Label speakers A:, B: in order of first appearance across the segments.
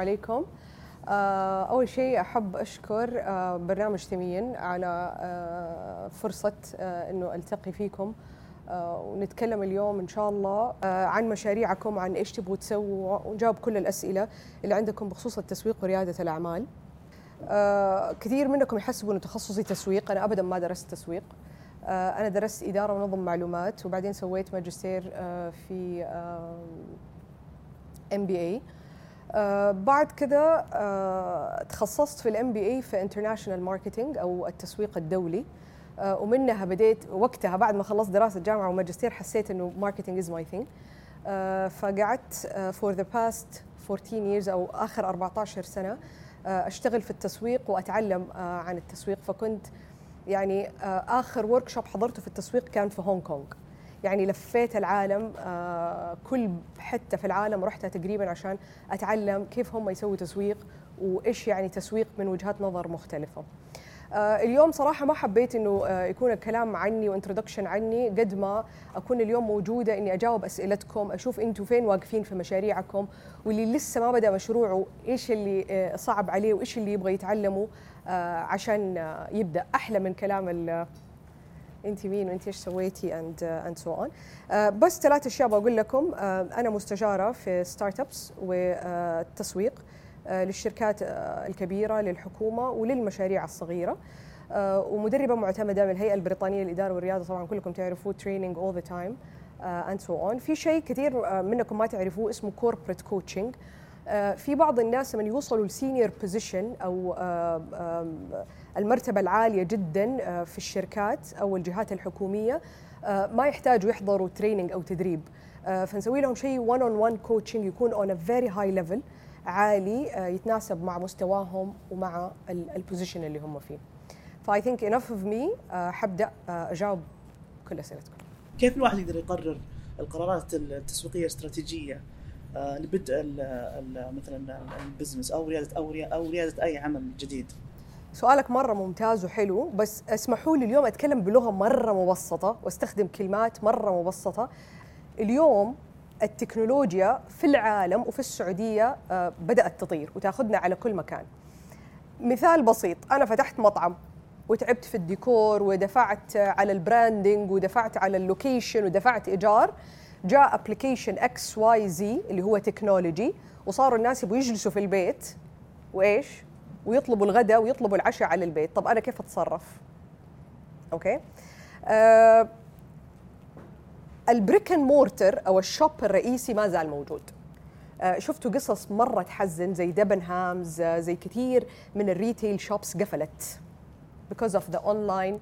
A: عليكم. أول شيء أحب أشكر برنامج ثمين على فرصة أنه ألتقي فيكم ونتكلم اليوم إن شاء الله عن مشاريعكم، عن إيش تبغوا تسووا، ونجاوب كل الأسئلة اللي عندكم بخصوص التسويق وريادة الأعمال. كثير منكم يحسبوا أنه تخصصي تسويق، أنا أبداً ما درست تسويق. أنا درست إدارة ونظم معلومات، وبعدين سويت ماجستير في MBA. بعد كذا تخصصت في الMBA في International Marketing أو التسويق الدولي، ومنها بديت وقتها بعد ما خلصت دراسة جامعة وماجستير حسيت إنه marketing is my thing. فقعدت for the past 14 years أو آخر 14 سنة أشتغل في التسويق وأتعلم عن التسويق. فكنت يعني آخر وركشوب حضرته في التسويق كان في هونغ كونغ، يعني لفيت العالم، كل حتة في العالم رحتها تقريبا عشان أتعلم كيف هم يسووا تسويق وإيش يعني تسويق من وجهات نظر مختلفة. اليوم صراحة ما حبيت إنه يكون الكلام عني وانترودكشن عني قد ما أكون اليوم موجودة إني أجاوب أسئلتكم، أشوف أنتوا فين واقفين في مشاريعكم، واللي لسه ما بدأ مشروعه إيش اللي صعب عليه وإيش اللي يبغى يتعلمه عشان يبدأ أحلى من كلام انت مين وانت ايش سويتي اند سو اون. بس 3 أشياء بقول لكم. انا مستشاره في ستارت ابس والتسويق للشركات الكبيره، للحكومه وللمشاريع الصغيره، ومدربه معتمده من الهيئه البريطانيه للاداره والرياده. طبعا كلكم تعرفوا تريننج اول ذا تايم اند سو اون. في شيء كثير منكم ما تعرفوه اسمه كوربريت كوتشنج. في بعض الناس من يوصلوا لسينيور بوزيشن او المرتبة العالية جدا في الشركات أو الجهات الحكومية، ما يحتاجوا يحضروا تريننج أو تدريب، فنسوي لهم شيء one on one coaching يكون on a very high level عالي، يتناسب مع مستواهم ومع البوزيشن اللي هم فيه. I think enough of me. حبدأ أجاوب كل أسئلتكم.
B: كيف الواحد يقدر يقرر القرارات التسويقية الاستراتيجية لبدء مثلا البزنس أو ريادة أي عمل جديد؟
A: سؤالك مرة ممتاز وحلو، بس اسمحوا لي اليوم أتكلم بلغة مرة مبسطة واستخدم كلمات مرة مبسطة. اليوم التكنولوجيا في العالم وفي السعودية بدأت تطير وتأخذنا على كل مكان. مثال بسيط، أنا فتحت مطعم وتعبت في الديكور ودفعت على البراندنج ودفعت على اللوكيشن ودفعت إيجار، جاء أبليكيشن XYZ اللي هو تكنولوجي، وصاروا الناس يبغوا يجلسوا في البيت وإيش؟ ويطلبوا الغداء ويطلبوا العشاء على البيت. طب أنا كيف أتصرف؟ أوكي. البريك اند مورتر أو الشوب الرئيسي ما زال موجود. شفتوا قصص مرة تحزن زي ديبنهامز، زي كثير من الريتيل شوبس قفلت because of the online.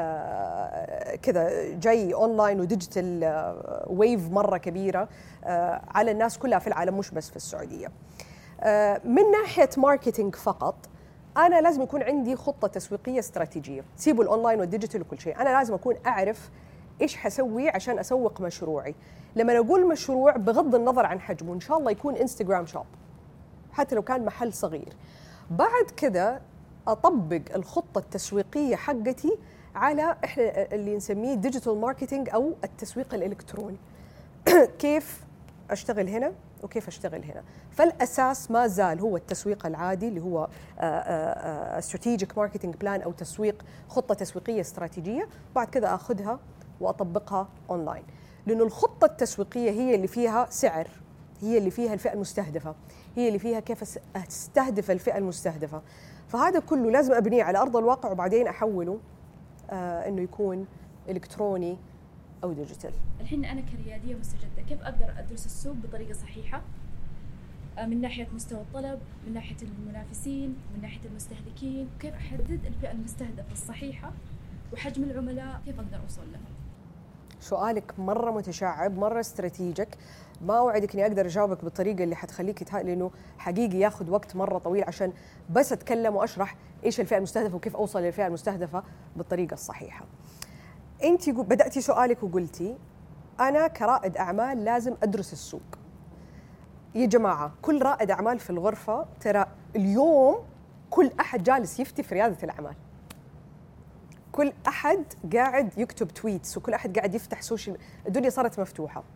A: كذا جاي اونلاين وديجيتال ويف مرة كبيرة على الناس كلها في العالم مش بس في السعودية. من ناحية ماركتينج فقط، أنا لازم يكون عندي خطة تسويقية استراتيجية، سيبوا الأونلاين والديجيتال وكل شيء. أنا لازم أكون أعرف إيش حسوي عشان أسوق مشروعي. لما أقول مشروع بغض النظر عن حجمه، إن شاء الله يكون إنستغرام شوب حتى لو كان محل صغير. بعد كذا أطبق الخطة التسويقية حقتي على إحنا اللي نسميه ديجيتال ماركتينج أو التسويق الإلكتروني. كيف أشتغل هنا وكيف أشتغل هنا. فالأساس ما زال هو التسويق العادي اللي هو strategic marketing plan أو تسويق خطة تسويقية استراتيجية. بعد كذا أخذها وأطبقها أونلاين، لأنه الخطة التسويقية هي اللي فيها سعر، هي اللي فيها الفئة المستهدفة، هي اللي فيها كيف أستهدف الفئة المستهدفة. فهذا كله لازم أبنيه على أرض الواقع وبعدين أحوله إنه يكون إلكتروني أو ديجيتال.
C: الحين أنا كريادية مستجدة كيف أقدر أدرس السوق بطريقة صحيحة من ناحية مستوى الطلب، من ناحية المنافسين، من ناحية المستهلكين، كيف أحدد الفئة المستهدفة الصحيحة وحجم العملاء كيف أقدر أوصل لهم؟
A: سؤالك مرة متشعب، مرة استراتيجيك. ما أوعدك إني أقدر أجاوبك بالطريقة اللي حتخليك لأنه حقيقي ياخذ وقت مرة طويل عشان بس أتكلم وأشرح إيش الفئة المستهدفة وكيف أوصل للفئة المستهدفة بالطريقة الصحيحة. أنت بدأتي سؤالك وقلتي أنا كرائد أعمال لازم أدرس السوق. يا جماعة كل رائد أعمال في الغرفة، ترى اليوم كل أحد جالس يفتي في ريادة الأعمال، كل أحد قاعد يكتب تويتس وكل أحد قاعد يفتح سوشيال، الدنيا صارت مفتوحة.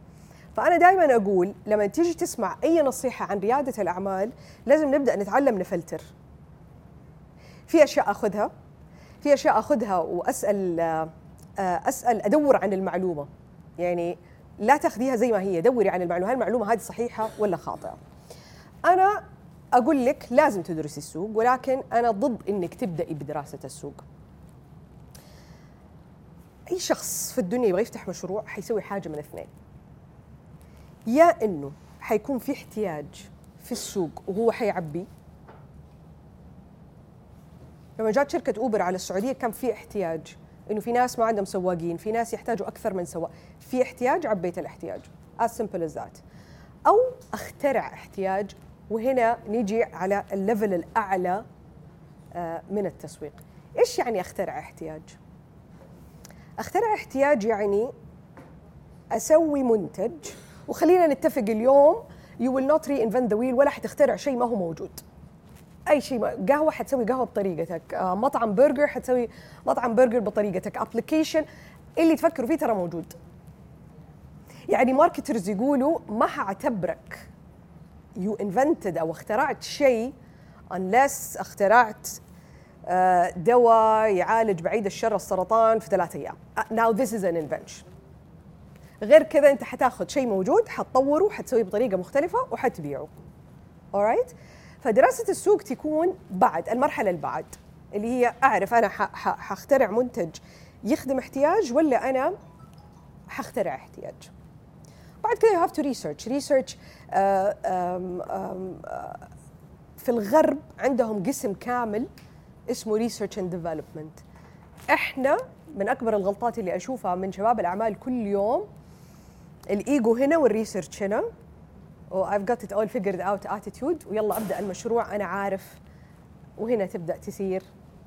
A: فأنا دائما أقول لما تيجي تسمع أي نصيحة عن ريادة الأعمال لازم نبدأ نتعلم نفلتر. في أشياء أخذها وأسأل أدور عن المعلومة، يعني لا تاخذيها زي ما هي، دوري عن المعلومة، هل المعلومة هذه صحيحة ولا خاطئة. أنا أقول لك لازم تدرسي السوق، ولكن أنا ضد إنك تبدأي بدراسة السوق. أي شخص في الدنيا يبغى يفتح مشروع حيسوي حاجة من اثنين، يا إنه حيكون في احتياج في السوق وهو حيعبي. لما جات شركة أوبر على السعودية كان في احتياج، إنه في ناس ما عندهم سواقين، في ناس يحتاجوا أكثر من سواق، في احتياج، عبيت الاحتياج. as simple as that. أو اخترع احتياج، وهنا نيجي على الليفل الأعلى من التسويق. إيش يعني اخترع احتياج؟ اخترع احتياج يعني أسوي منتج، وخلينا نتفق اليوم you will not reinvent the wheel، ولا حتخترع شيء ما هو موجود. أي شيء، قهوة حتسوي قهوة بطريقتك، مطعم برجر حتسوي مطعم برجر بطريقتك، أبليكيشن اللي تفكروا فيه ترى موجود. يعني ماركترز يقولوا ما حاعتبرك you invented أو اخترعت شيء unless اخترعت دواء يعالج بعيد الشر السرطان في 3 أيام. Now this is an invention. غير كذا أنت حتاخذ شيء موجود، حتطوره، حتسويه بطريقة مختلفة وحتبيعه. alright؟ فدراسة السوق تكون بعد المرحلة اللي بعد، اللي هي أعرف أنا حخترع منتج يخدم احتياج ولا أنا حخترع احتياج. بعد كده you have to research. في الغرب عندهم قسم كامل اسمه research and development. احنا من أكبر الغلطات اللي أشوفها من شباب الأعمال كل يوم الإيجو هنا والريسيرش هنا، I've got it all figured out attitude، ويلا أبدأ المشروع أنا عارف، وهنا تبدأ تسير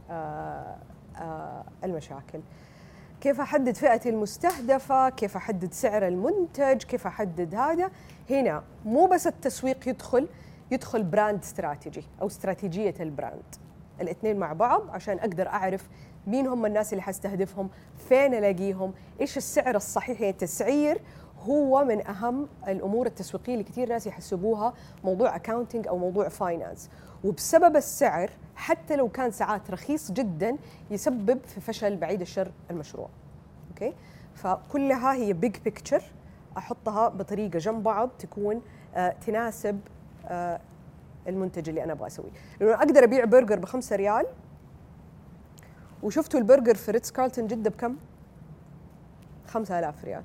A: المشاكل. كيف أحدد فئة المستهدفة، كيف أحدد سعر المنتج، كيف أحدد هذا. هنا مو بس التسويق يدخل براند استراتيجي أو استراتيجية البراند، الاثنين مع بعض عشان أقدر أعرف مين هم الناس اللي حستهدفهم، فين ألاقيهم، إيش السعر الصحيح. يعني التسعير هو من أهم الأمور التسويقية اللي كثير ناس يحسبوها موضوع أكاونتينج أو موضوع فاينانس، وبسبب السعر حتى لو كان ساعات رخيص جدا يسبب في فشل بعيد الشر المشروع. أوكي، فكلها هي بيج بيكتشر أحطها بطريقة جنب بعض تكون تناسب المنتج اللي أنا أبغى أسويه. لأنه أقدر أبيع برجر ب5 ريال، وشفتوا البرجر في ريتز كارلتون جدة بكم؟ 5000 ريال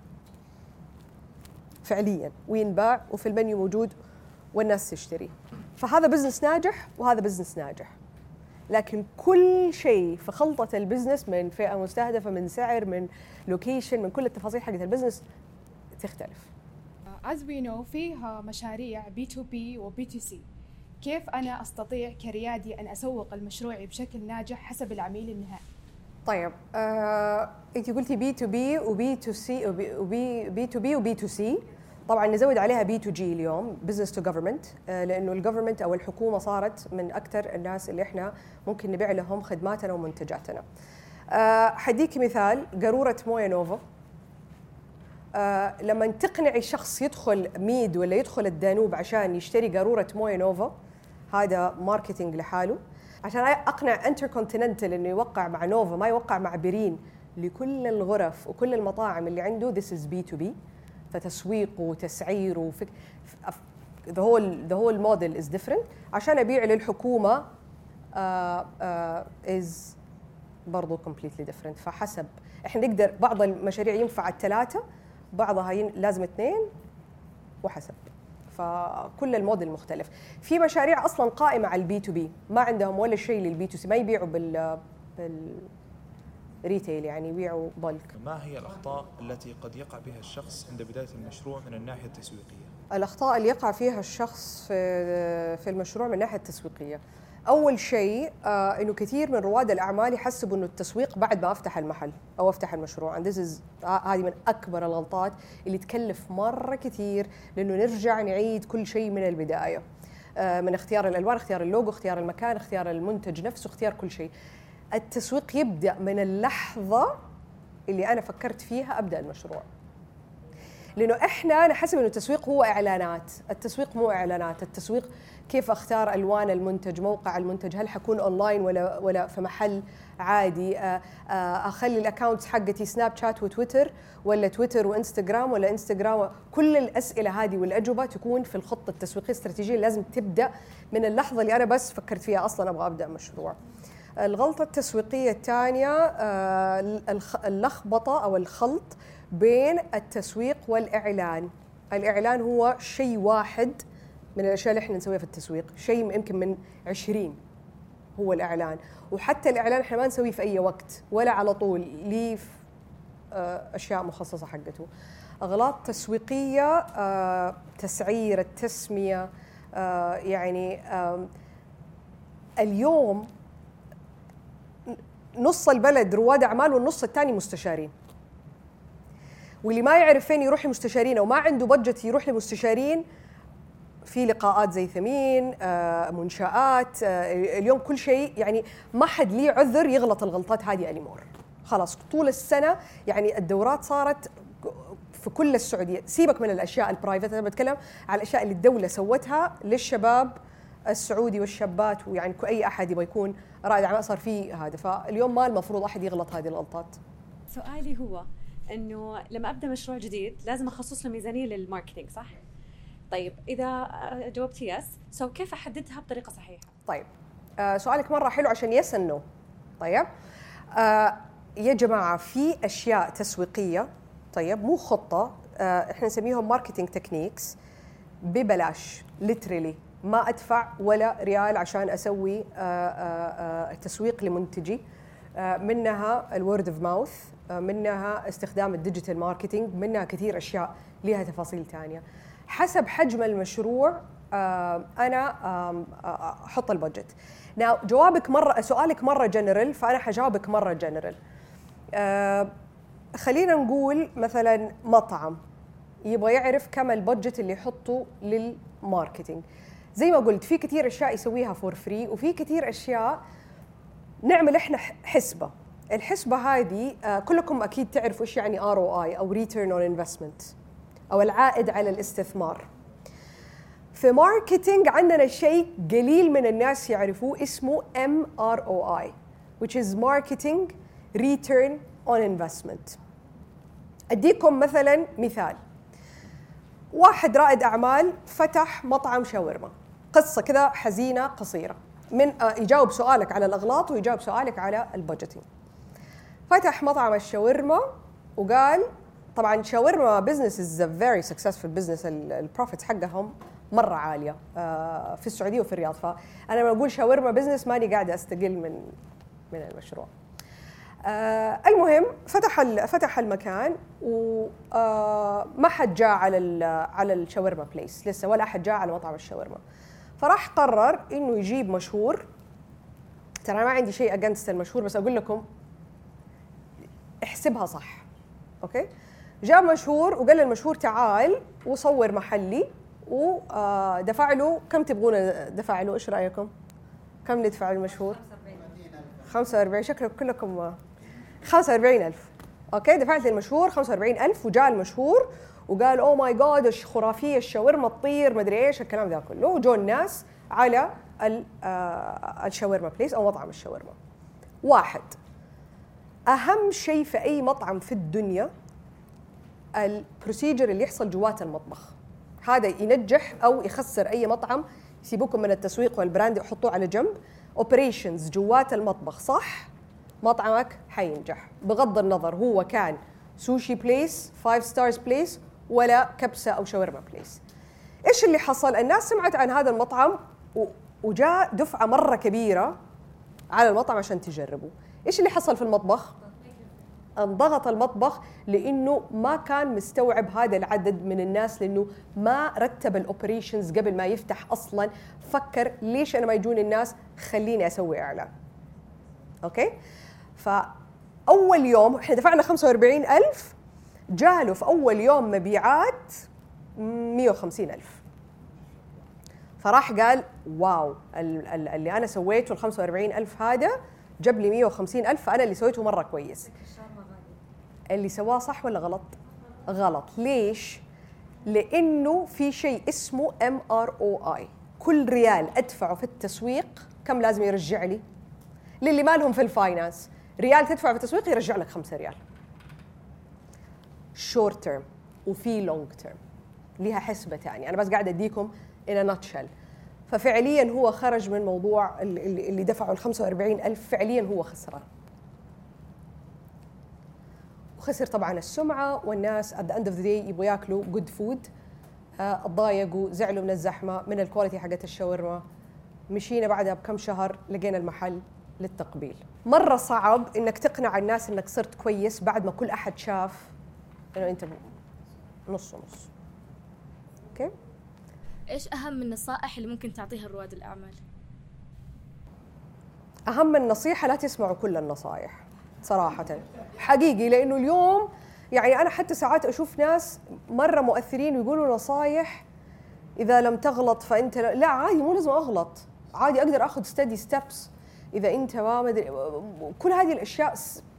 A: فعليا، وينباع وفي المنيو موجود والناس تشتري. فهذا بزنس ناجح وهذا بزنس ناجح، لكن كل شيء في خلطة البزنس من فئة مستهدفة، من سعر، من لوكيشن، من كل التفاصيل حقت البزنس تختلف.
D: As we know فيها مشاريع B2B و B2C. كيف أنا أستطيع كريادي أن أسوق المشروع بشكل ناجح حسب العميل النهائي؟
A: طيب أنت قلتي B2B و B2C و B2B و B2C، طبعا نزود عليها B2G اليوم Business to Government، لأنه الجوفرمنت أو الحكومة صارت من أكثر الناس اللي إحنا ممكن نبيع لهم خدماتنا ومنتجاتنا. حديكي مثال قارورة موية نوفا. لما تقنعي شخص يدخل ميد ولا يدخل الدانوب عشان يشتري قارورة موية نوفا، هذا ماركتينج لحاله. عشان أقنع انتركونتيننتال إنه يوقع مع نوفا ما يوقع مع بيرين لكل الغرف وكل المطاعم اللي عنده، this is B2B. فتسويقه وتسعيره the whole model is different. عشان أبيع للحكومة is برضو completely different. فحسب إحنا نقدر بعض المشاريع ينفع 3، بعضها لازم 2، وحسب. فكل الموديل مختلف. في مشاريع أصلاً قائمة على الB2B ما عندهم ولا شيء للB2C، ما يبيعوا بالريتيل، يعني يبيعوا بلك.
E: ما هي الأخطاء التي قد يقع بها الشخص عند بداية المشروع من الناحية التسويقية؟
A: الأخطاء اللي يقع فيها الشخص في المشروع من الناحية التسويقية، أول شيء إنه كثير من رواد الأعمال يحسبوا إنه التسويق بعد ما أفتح المحل أو أفتح المشروع. هذه من أكبر الغلطات اللي تكلف مرة كثير، لأنه نرجع نعيد كل شيء من البداية، من اختيار الألوان، اختيار اللوجو، اختيار المكان، اختيار المنتج نفسه، اختيار كل شيء. التسويق يبدأ من اللحظة اللي أنا فكرت فيها أبدأ المشروع. لانه احنا نحسب انه التسويق هو اعلانات، التسويق مو اعلانات، التسويق كيف اختار الوان المنتج، موقع المنتج، هل حكون اونلاين ولا في محل عادي، اخلي الاكونتس حقتي سناب شات وتويتر ولا تويتر وانستغرام ولا انستغرام. كل الاسئله هذه والاجوبه تكون في الخطه التسويقيه الاستراتيجيه، لازم تبدا من اللحظه اللي انا بس فكرت فيها اصلا ابغى ابدا مشروع. الغلطه التسويقيه الثانيه اللخبطه او الخلط بين التسويق والإعلان. الإعلان هو شيء واحد من الأشياء اللي احنا نسويها في التسويق، شيء يمكن من 20 هو الإعلان، وحتى الإعلان احنا ما نسويه في أي وقت ولا على طول، ليه أشياء مخصصة حقته. أغلاط تسويقية، تسعير، التسمية، يعني اليوم نص البلد رواد أعمال والنص الثاني مستشارين، واللي ما يعرف فين يروح لمستشارين او ما عنده بجت يروح لمستشارين في لقاءات زي ثمين، منشآت، اليوم كل شيء، يعني ما حد ليه عذر يغلط الغلطات هذه انيمور. خلاص طول السنه يعني الدورات صارت في كل السعوديه، سيبك من الاشياء البرايفت، انا بتكلم على الاشياء اللي الدوله سوتها للشباب السعودي والشابات، ويعني اي احد يبغى يكون رائد اعمال صار فيه هذا، فاليوم ما المفروض احد يغلط هذه الغلطات.
F: سؤالي هو انه لما ابدا مشروع جديد لازم اخصص له ميزانيه للماركتينج، صح؟ طيب اذا جاوبت يس، كيف احددها بطريقه صحيحه؟
A: طيب سؤالك مره حلو عشان يس انه. طيب يا جماعه في اشياء تسويقيه، طيب مو خطه، احنا نسميهم ماركتينج تكنيكس، ببلاش ليترلي، ما ادفع ولا ريال عشان اسوي تسويق لمنتجي. منها الورد اوف ماوث، منها استخدام الديجيتال ماركتينج، منها كثير اشياء لها تفاصيل ثانيه. حسب حجم المشروع انا احط البادجت. جوابك مره، سؤالك مره جنرال، فانا حجاوبك مره جنرال. خلينا نقول مثلا مطعم يبغى يعرف كم البادجت اللي يحطه للماركتينج. زي ما قلت في كثير اشياء يسويها فور فري، وفي كثير اشياء نعمل احنا حسبه. الحسبه هذه كلكم اكيد تعرفوا ايش يعني ROI او Return on Investment او العائد على الاستثمار. في ماركتينج عندنا شيء قليل من الناس يعرفوه اسمه MROI which is Marketing Return on Investment. اديكم مثلا مثال، واحد رائد اعمال فتح مطعم شاورما، قصه كذا حزينه قصيره، من يجاوب سؤالك على الاغلاط ويجاوب سؤالك على البادجيتنج. فتح مطعم الشاورما وقال، طبعا شاورما بزنس از فيري سكسسفول بزنس، البروفيتس حقهم مره عاليه في السعوديه وفي الرياض، فانا لما اقول شاورما بزنس ماني قاعده استقل من المشروع. المهم فتح المكان وما حد جاء على الشاورما بليس لسه، ولا احد جاء على مطعم الشاورما، فراح قرر انه يجيب مشهور. ترى ما عندي شيء اجنست المشهور، بس اقول لكم احسبها صح، اوكي؟ جاب مشهور وقال للمشهور تعال وصور محلي، ودفع له كم تبغون دفع له؟ ايش رايكم؟ كم ندفع المشهور؟ 45. شكلكم كلكم 45,000. اوكي، دفعت للمشهور 45,000 وجاء المشهور وقال اوه ماي جاد خرافيه الشاورما تطير مدري ايش الكلام ذا كله، وجو الناس على الشاورما بليس او مطعم الشاورما. واحد، اهم شيء في اي مطعم في الدنيا البروسيجر اللي يحصل جوات المطبخ، هذا ينجح او يخسر اي مطعم. سيبوكم من التسويق والبراند وحطوه على جنب. اوبريشنز جوات المطبخ صح، مطعمك حينجح بغض النظر هو كان سوشي بليس 5 ستارز بليس ولا كبسه او شاورما بليس. ايش اللي حصل؟ الناس سمعت عن هذا المطعم وجاء دفعه مره كبيره على المطعم عشان تجربوا. ايش اللي حصل في المطبخ؟ انضغط المطبخ لانه ما كان مستوعب هذا العدد من الناس، لانه ما رتب الاوبريشنز قبل ما يفتح اصلا. فكر ليش انا ما يجوني الناس، خليني اسوي اعلان. اوكي، فاول يوم احنا دفعنا 45,000، جاله في اول يوم مبيعات 150,000. فراح قال واو، اللي انا سويته 45,000 هذا جاب لي 150,000، فانا اللي سويته مره كويس. اللي سواه صح ولا غلط؟ غلط. ليش؟ لأنه في شيء اسمه MROI. كل ريال أدفعه في التسويق كم لازم يرجع لي؟ للي ما لهم في الفاينانس، ريال تدفعه في التسويق يرجع لك 5 ريال. شورت تيرم وفي لونج تيرم، ليها حسبة ثانية. أنا بس قاعدة أديكم in a nutshell. ففعليا هو خرج من موضوع اللي دفعوا 45,000 فعليا هو خسران، وخسر طبعا السمعة، والناس at the end of the day يبغوا ياكلوا good food. اتضايقوا، زعلوا من الزحمة، من الكواليتي حقت الشاورما. مشينا بعدها بكم شهر لقينا المحل للتقبيل. مرة صعب إنك تقنع الناس إنك صرت كويس بعد ما كل أحد شاف إنه أنت نص نص. أوكي؟
G: إيش أهم النصائح اللي ممكن تعطيها رواد الأعمال؟
A: أهم النصيحة لا تسمعوا كل النصائح صراحة حقيقي، لأنه اليوم يعني أنا حتى ساعات أشوف ناس مرة مؤثرين ويقولوا نصائح إذا لم تغلط فأنت لا عادي، مو لازم أغلط، عادي أقدر أخذ steady steps إذا أنت ما مدري. كل هذه الأشياء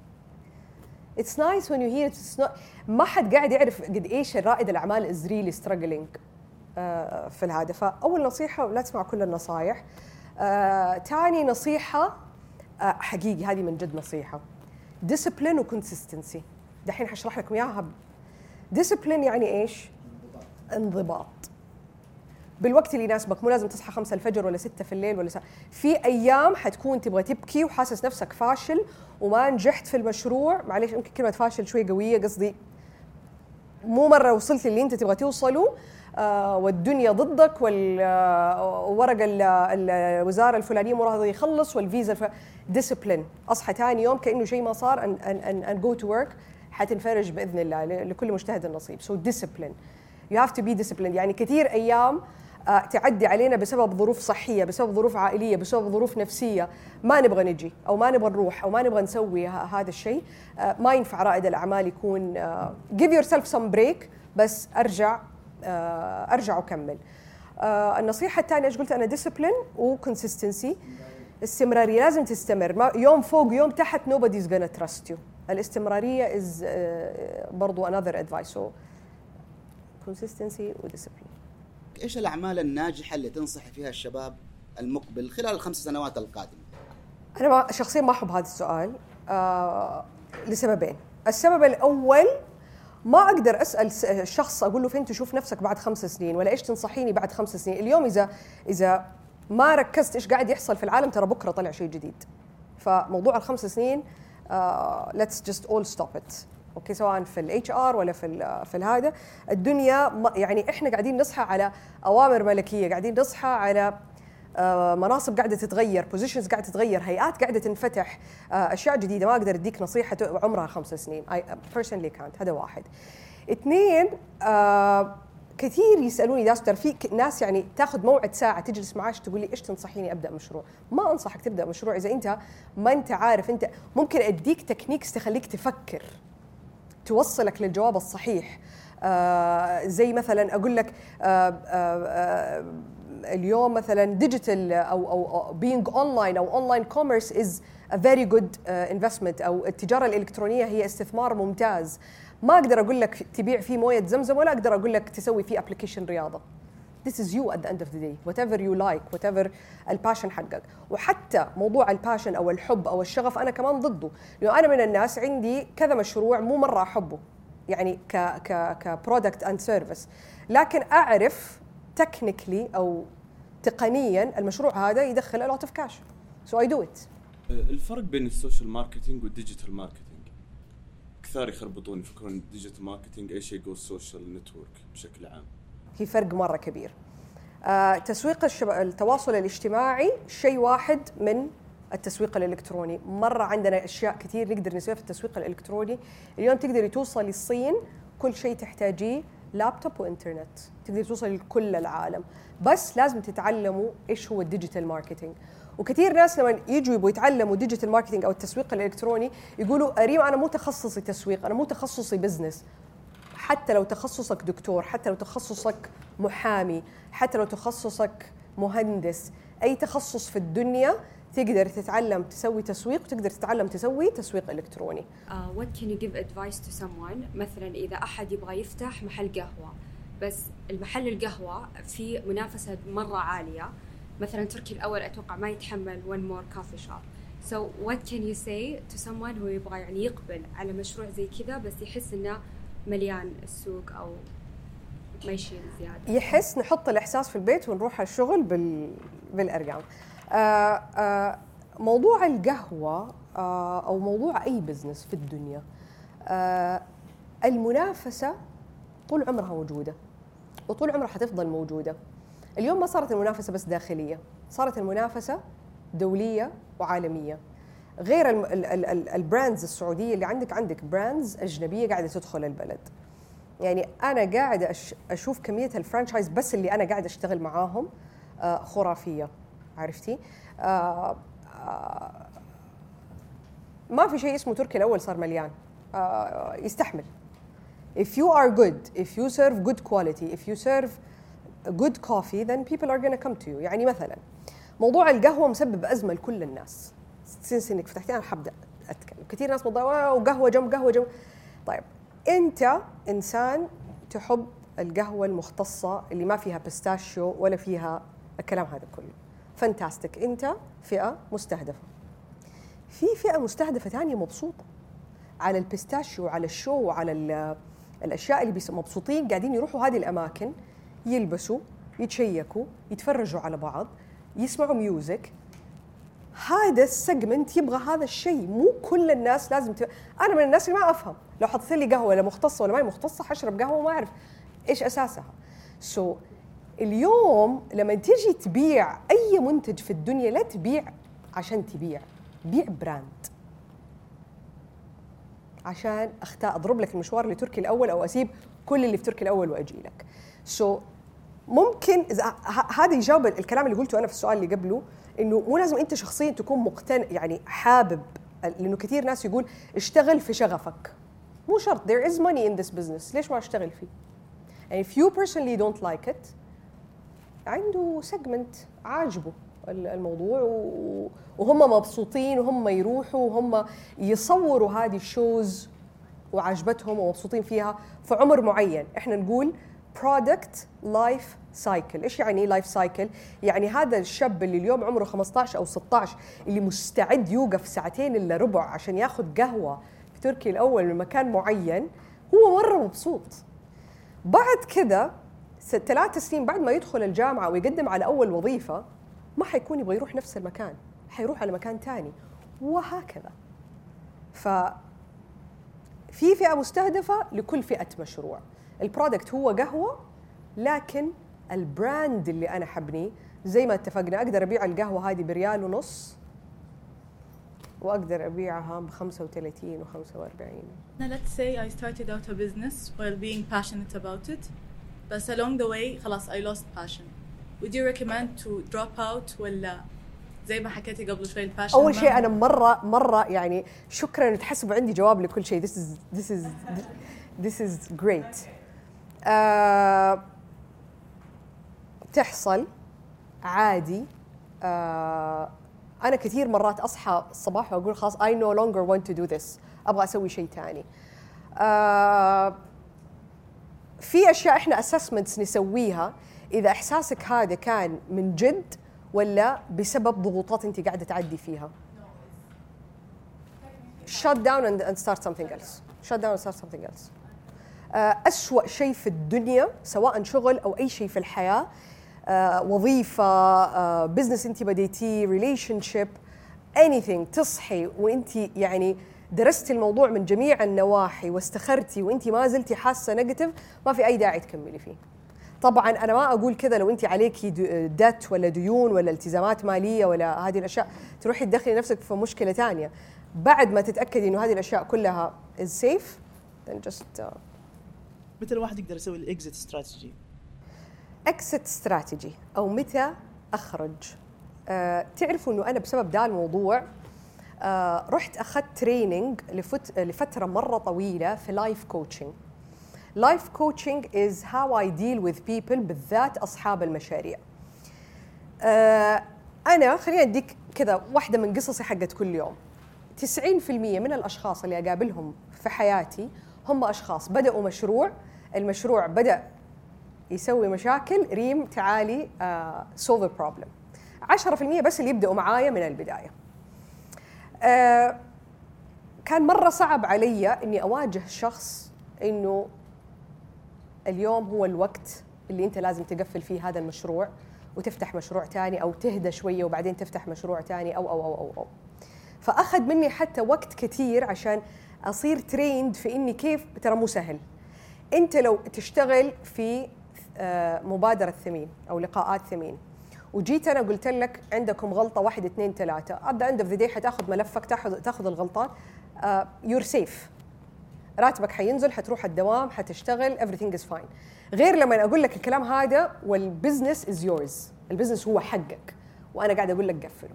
A: it's nice when you hear it. It's not. ما حد قاعد يعرف قد إيش الرائد الأعمال is really struggling في هذا. فأول نصيحة لا تسمع كل النصائح. تاني نصيحة حقيقي هذه من جد نصيحة، discipline و consistency. دحين حشرح لكم إياها. discipline يعني إيش؟ انضباط بالوقت اللي يناسبك. مو لازم تصحى 5 الفجر ولا 6 في الليل ولا في أيام حتكون تبغى تبكي وحاسس نفسك فاشل وما نجحت في المشروع. معليش يمكن كلمة فاشل شوي قوية، قصدي مو مرة وصلت اللي أنت تبغى توصله، والدنيا ضدك، وورق الوزارة الفلانية مو راضي يخلص، والفيزا discipline. أصحى ثاني يوم كأنه شيء ما صار and go to work، حتنفرج بإذن الله لكل مجتهد النصيب. so discipline. you have to be disciplined. يعني كثير أيام تعدي علينا بسبب ظروف صحية، بسبب ظروف عائلية، بسبب ظروف نفسية، ما نبغى نجي أو ما نبغى نروح أو ما نبغى نسوي هذا الشيء. ما ينفع رائد الأعمال يكون give yourself some break، بس أرجع وكمل. النصيحة الثانية إيش قلت أنا؟ discipline و consistency. استمرارية، لازم تستمر. يوم فوق يوم تحت nobody's gonna trust you. الاستمرارية is برضو another advice. so consistency و discipline.
H: إيش الأعمال الناجحة اللي تنصح فيها الشباب المقبل خلال ال5 سنوات القادمة؟
A: أنا شخصياً ما أحب هذا السؤال لسببين. السبب الأول، ما أقدر أسأل شخص أقول له فين تشوف نفسك بعد 5 سنين، ولا إيش تنصحيني بعد 5 سنين. اليوم إذا ما ركزت إيش قاعد يحصل في العالم، ترى بكرة طلع شيء جديد. فموضوع ال5 سنين let's just all stop it. أوكي، سواء في الHR ولا في هذا الدنيا. يعني إحنا قاعدين نصحى على أوامر ملكية، قاعدين نصحى على مناصب قاعدة تتغير، بوزيشنز قاعدة تتغير، هيئات قاعدة تنفتح، أشياء جديدة. ما أقدر أديك نصيحة عمرها 5 سنين. I personally can't. هذا واحد. 2، كثير يسألوني داستر، في ناس يعني تاخذ موعد ساعة تجلس معاش تقول لي إيش تنصحيني أبدأ مشروع. ما أنصحك تبدأ مشروع إذا أنت ما أنت عارف. أنت ممكن أديك تكنيكس تخليك تفكر، توصلك للجواب الصحيح. زي مثلا أقول لك اليوم مثلا ديجيتال أو being online أو online commerce is a very good investment، أو التجارة الإلكترونية هي استثمار ممتاز. ما أقدر أقول لك تبيع فيه موية زمزم، ولا أقدر أقول لك تسوي فيه application رياضة. This is you at the end of the day, whatever you like, whatever الباشن حقك. وحتى موضوع الباشن أو الحب أو الشغف أنا كمان ضده، لأنه أنا من الناس عندي كذا مشروع مو مرة أحبه، يعني كبرودكت أند سيرفيس، لكن أعرف تكنيكلي أو تقنيا المشروع هذا يدخل a lot of cash, so I do it.
I: الفرق بين السوشيال ماركتينج والديجيتال ماركتينج، كثار يخربطون يفكرون الديجيتال ماركتينج أي شيء يقول سوشيال نتورك بشكل عام.
A: في فرق مرة كبير. تسويق التواصل الاجتماعي شيء واحد من التسويق الإلكتروني. مرة عندنا أشياء كثير نقدر نسويها في التسويق الإلكتروني. اليوم تقدري توصل للصين كل شيء تحتاجيه لابتوب وإنترنت، تقدري توصل لكل العالم، بس لازم تتعلموا إيش هو الديجيتال ماركتينج. وكثير ناس لما يجوا يبغوا يتعلموا ديجيتال ماركتينج أو التسويق الإلكتروني يقولوا ريم أنا مو تخصصي تسويق، أنا مو تخصصي بزنس. حتى لو تخصصك دكتور، حتى لو تخصصك محامي، حتى لو تخصصك مهندس، أي تخصص في الدنيا تقدر تتعلم تسوي تسويق، وتقدر تتعلم تسوي تسويق إلكتروني.
J: What can you give advice to someone؟ مثلا إذا أحد يبغى يفتح محل قهوة،
F: بس المحل القهوة في منافسة مرة عالية. مثلا تركي الأول أتوقع ما يتحمل one more coffee shop. So what can you say to someone who يبغى يعني يقبل على مشروع زي كذا بس يحس إنه مليان السوق أو ما يشيل زيادة؟
A: يحس نحط الإحساس في البيت ونروح الشغل بالأرقام. موضوع القهوة أو موضوع أي بزنس في الدنيا، المنافسة طول عمرها موجودة وطول عمرها حتفضل موجودة. اليوم ما صارت المنافسة بس داخلية، صارت المنافسة دولية وعالمية. غير البراندز السعودية اللي عندك براندز أجنبية قاعدة تدخل البلد. يعني أنا قاعدة أشوف كمية الفرانشايز بس اللي أنا قاعدة أشتغل معاهم خرافية، عرفتي؟ ما في شيء اسمه تركي الأول صار مليان، يستحمل. If you are good, if you serve good quality, if you serve good coffee, then people are going to come to you. يعني مثلا موضوع القهوة مسبب أزمة لكل الناس. سنس إنك فتحتي أنا حبدأ أتكلم. كثير ناس بتضايق وقهوة جنب قهوة جنب. طيب أنت إنسان تحب القهوة المختصة اللي ما فيها بيستاشيو ولا فيها الكلام هذا كله. فانتاستيك، أنت فئة مستهدفة. في فئة مستهدفة ثانية مبسوطة على البيستاشيو وعلى الشو وعلى الأشياء اللي مبسوطين قاعدين يروحوا هذه الأماكن، يلبسوا، يتشيكوا، يتفرجوا على بعض، يسمعوا ميوزك. هذا السيجمنت يبغى هذا الشيء. مو كل الناس لازم أنا من الناس اللي ما أفهم لو حطيت لي قهوة ولا مختصة ولا ما هي مختصة حشرب قهوة وما أعرف إيش أساسها. اليوم لما تيجي تبيع أي منتج في الدنيا لا تبيع عشان تبيع، بيع براند. عشان أضرب لك المشوار لتركي الأول أو أسيب كل اللي في تركي الأول وأجي لك. ممكن هذا يجاوب الكلام اللي قلته أنا في السؤال اللي قبله، إنه مو لازم أنت شخصيا تكون مقتنع يعني حابب، لأنه كثير ناس يقول اشتغل في شغفك. مو شرط. there is money in this business، ليش ما أشتغل فيه؟ يعني if you personally don't like it، عنده segment عاجبه الموضوع وهم مبسوطين وهم يروحوا وهم يصوروا هذه الشوز وعجبتهم ومبسوطين فيها في عمر معين. احنا نقول product life cycle. ايش يعني life cycle؟ يعني هذا الشاب اللي اليوم عمره 15 أو 16 اللي مستعد يوقف ساعتين إلا ربع عشان ياخذ قهوة في تركي الأول من مكان معين، هو مرة مبسوط. بعد كذا 3 سنين بعد ما يدخل الجامعة ويقدم على أول وظيفة ما حيكون يبغى يروح نفس المكان، حيروح على مكان تاني، وهكذا. في فئة مستهدفة لكل فئة مشروع. البرودكت هو قهوة، لكن البراند اللي أنا حبني زي ما اتفقنا أقدر أبيع القهوة هذه ب1.50 وأقدر أبيعها ب35 و45.
J: Now let's say I started out a business while being passionate about it, but along the way خلاص I lost passion. Would you recommend to drop out ولا زي ما حكيتي قبل شوي الباشن؟
A: أول شيء أنا مرة يعني شكراً تحسبوا عندي جواب لكل شيء. This is great. تحصل عادي. أنا كثير مرات أصحى الصباح وأقول خلاص I no longer want to do this، أبغى أسوي شيء تاني. في أشياء إحنا assessments نسويها إذا إحساسك هذا كان من جد ولا بسبب ضغوطات أنت قاعدة تعدي فيها. Shut down and start something else. Shut down and start something else. أسوأ شيء في الدنيا سواء شغل أو أي شيء في الحياة، وظيفة، بزنس أنت بديتيه، relationship، anything، تصحي وأنت يعني درست الموضوع من جميع النواحي واستخرتي وأنت ما زلتي حاسة نيجاتيف، ما في أي داعي تكملي فيه. طبعا أنا ما أقول كذا لو أنت عليكي دات ولا ديون ولا التزامات مالية ولا هذه الأشياء تروحي تدخلي نفسك في مشكلة تانية. بعد ما تتأكدي إنه هذه الأشياء كلها is safe then just
B: متى الواحد يقدر يسوي الإكزيت استراتيجي؟
A: exit strategy أو متى أخرج. تعرفوا إنه أنا بسبب ده الموضوع رحت أخذت تريننج لفترة مرة طويلة في لايف كوتشنج. لايف كوتشنج is how I deal with people، بالذات أصحاب المشاريع. أنا خليني أديك كذا واحدة من قصصي حقت كل يوم. 90% من الأشخاص اللي أقابلهم في حياتي هم أشخاص بدأوا مشروع، المشروع بدأ يسوي مشاكل، ريم تعالي solve a problem. 10% بس اللي يبدأوا معايا من البداية. كان مرة صعب علي إني أواجه شخص إنه اليوم هو الوقت اللي أنت لازم تقفل فيه هذا المشروع وتفتح مشروع تاني، أو تهدى شوية وبعدين تفتح مشروع تاني أو. فأخذ مني حتى وقت كتير عشان أصير تريند في إني كيف، ترى مو سهل. أنت لو تشتغل في مبادرة ثمين أو لقاءات ثمين وجيت أنا قلت لك عندكم غلطة 1 2 3، at the end of the day حتاخذ ملفك، تاخذ الغلطات، you're safe، راتبك حينزل، حتروح الدوام، حتشتغل، everything is fine. غير لما أقول لك الكلام هذا والبزنس is yours، البزنس هو حقك وأنا قاعد أقول لك قفله.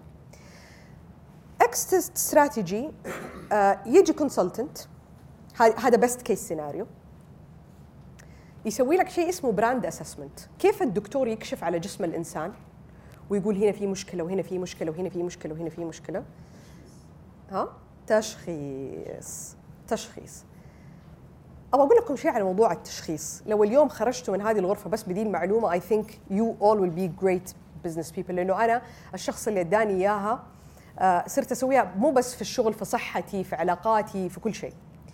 A: exit strategy، يجي consultant، هذا best case scenario، يسوي لك شيء اسمه براند اسسمنت. كيف الدكتور يكشف على جسم الانسان ويقول هنا في مشكله وهنا في مشكله وهنا في مشكله وهنا في مشكله؟ تشخيص. أبغى أقول لكم شيء على موضوع التشخيص. لو اليوم خرجتوا من هذه الغرفة بس بدي المعلومة I think you all will be great business people، لأنه أنا الشخص اللي اداني إياها صرت أسويها مو بس في الشغل، في صحتي، في علاقاتي، في كل شيء.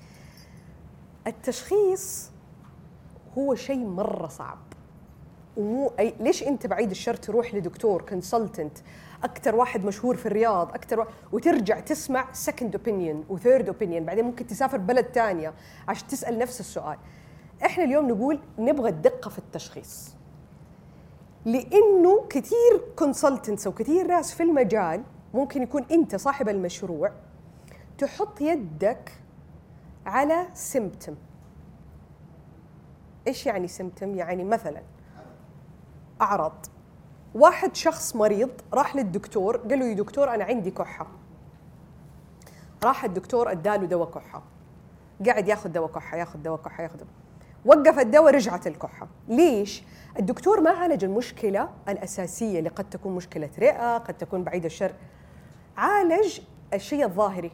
A: التشخيص هو شيء مرة صعب، ومو ليش أنت بعيد الشر تروح لدكتور كونسلتنت أكتر واحد مشهور في الرياض، وترجع تسمع second opinion و third opinion، بعدين ممكن تسافر بلد تانية عشان تسأل نفس السؤال. إحنا اليوم نقول نبغى الدقة في التشخيص، لأنه كثير كونسلتنتس وكثير ناس في المجال ممكن يكون أنت صاحب المشروع تحط يدك على symptom. إيش يعني symptom؟ يعني مثلاً أعراض. واحد شخص مريض راح للدكتور قال له يا دكتور أنا عندي كحة، راح الدكتور أداله دواء كحة، قاعد ياخذ دواء كحة ياخذ دواء كحة ياخذ دواء، وقف الدواء رجعت الكحة. ليش؟ الدكتور ما عالج المشكلة الأساسية اللي قد تكون مشكلة رئة، قد تكون بعيد الشر، عالج الشيء الظاهري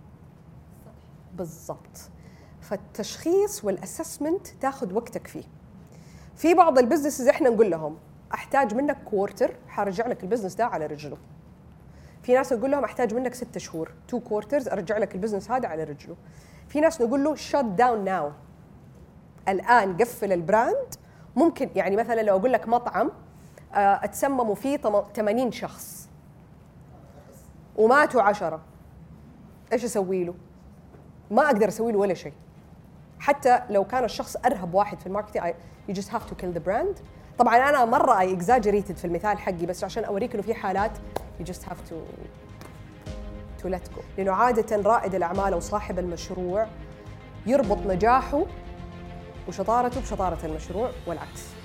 A: بالضبط. فالتشخيص والأسسمنت تاخذ وقتك فيه. في بعض البزنسز احنا نقول لهم احتاج منك كوارتر حرجع لك البزنس ده على رجله. في ناس نقول لهم احتاج منك 6 شهور 2 كوارترز ارجع لك البزنس هذا على رجله. في ناس نقول له شت داون ناو، الان قفل البراند. ممكن يعني مثلا لو اقول لك مطعم اتسمموا فيه 80 شخص وماتوا 10، ايش اسوي له؟ ما اقدر اسوي له ولا شيء، حتى لو كان الشخص ارهب واحد في الماركتينج. you just have to kill the brand. طبعا انا مره I exaggerated في المثال حقي بس عشان اوريك انه في حالات you just have to let go، لانه عاده رائد الاعمال او صاحب المشروع يربط نجاحه وشطارته بشطاره المشروع والعكس.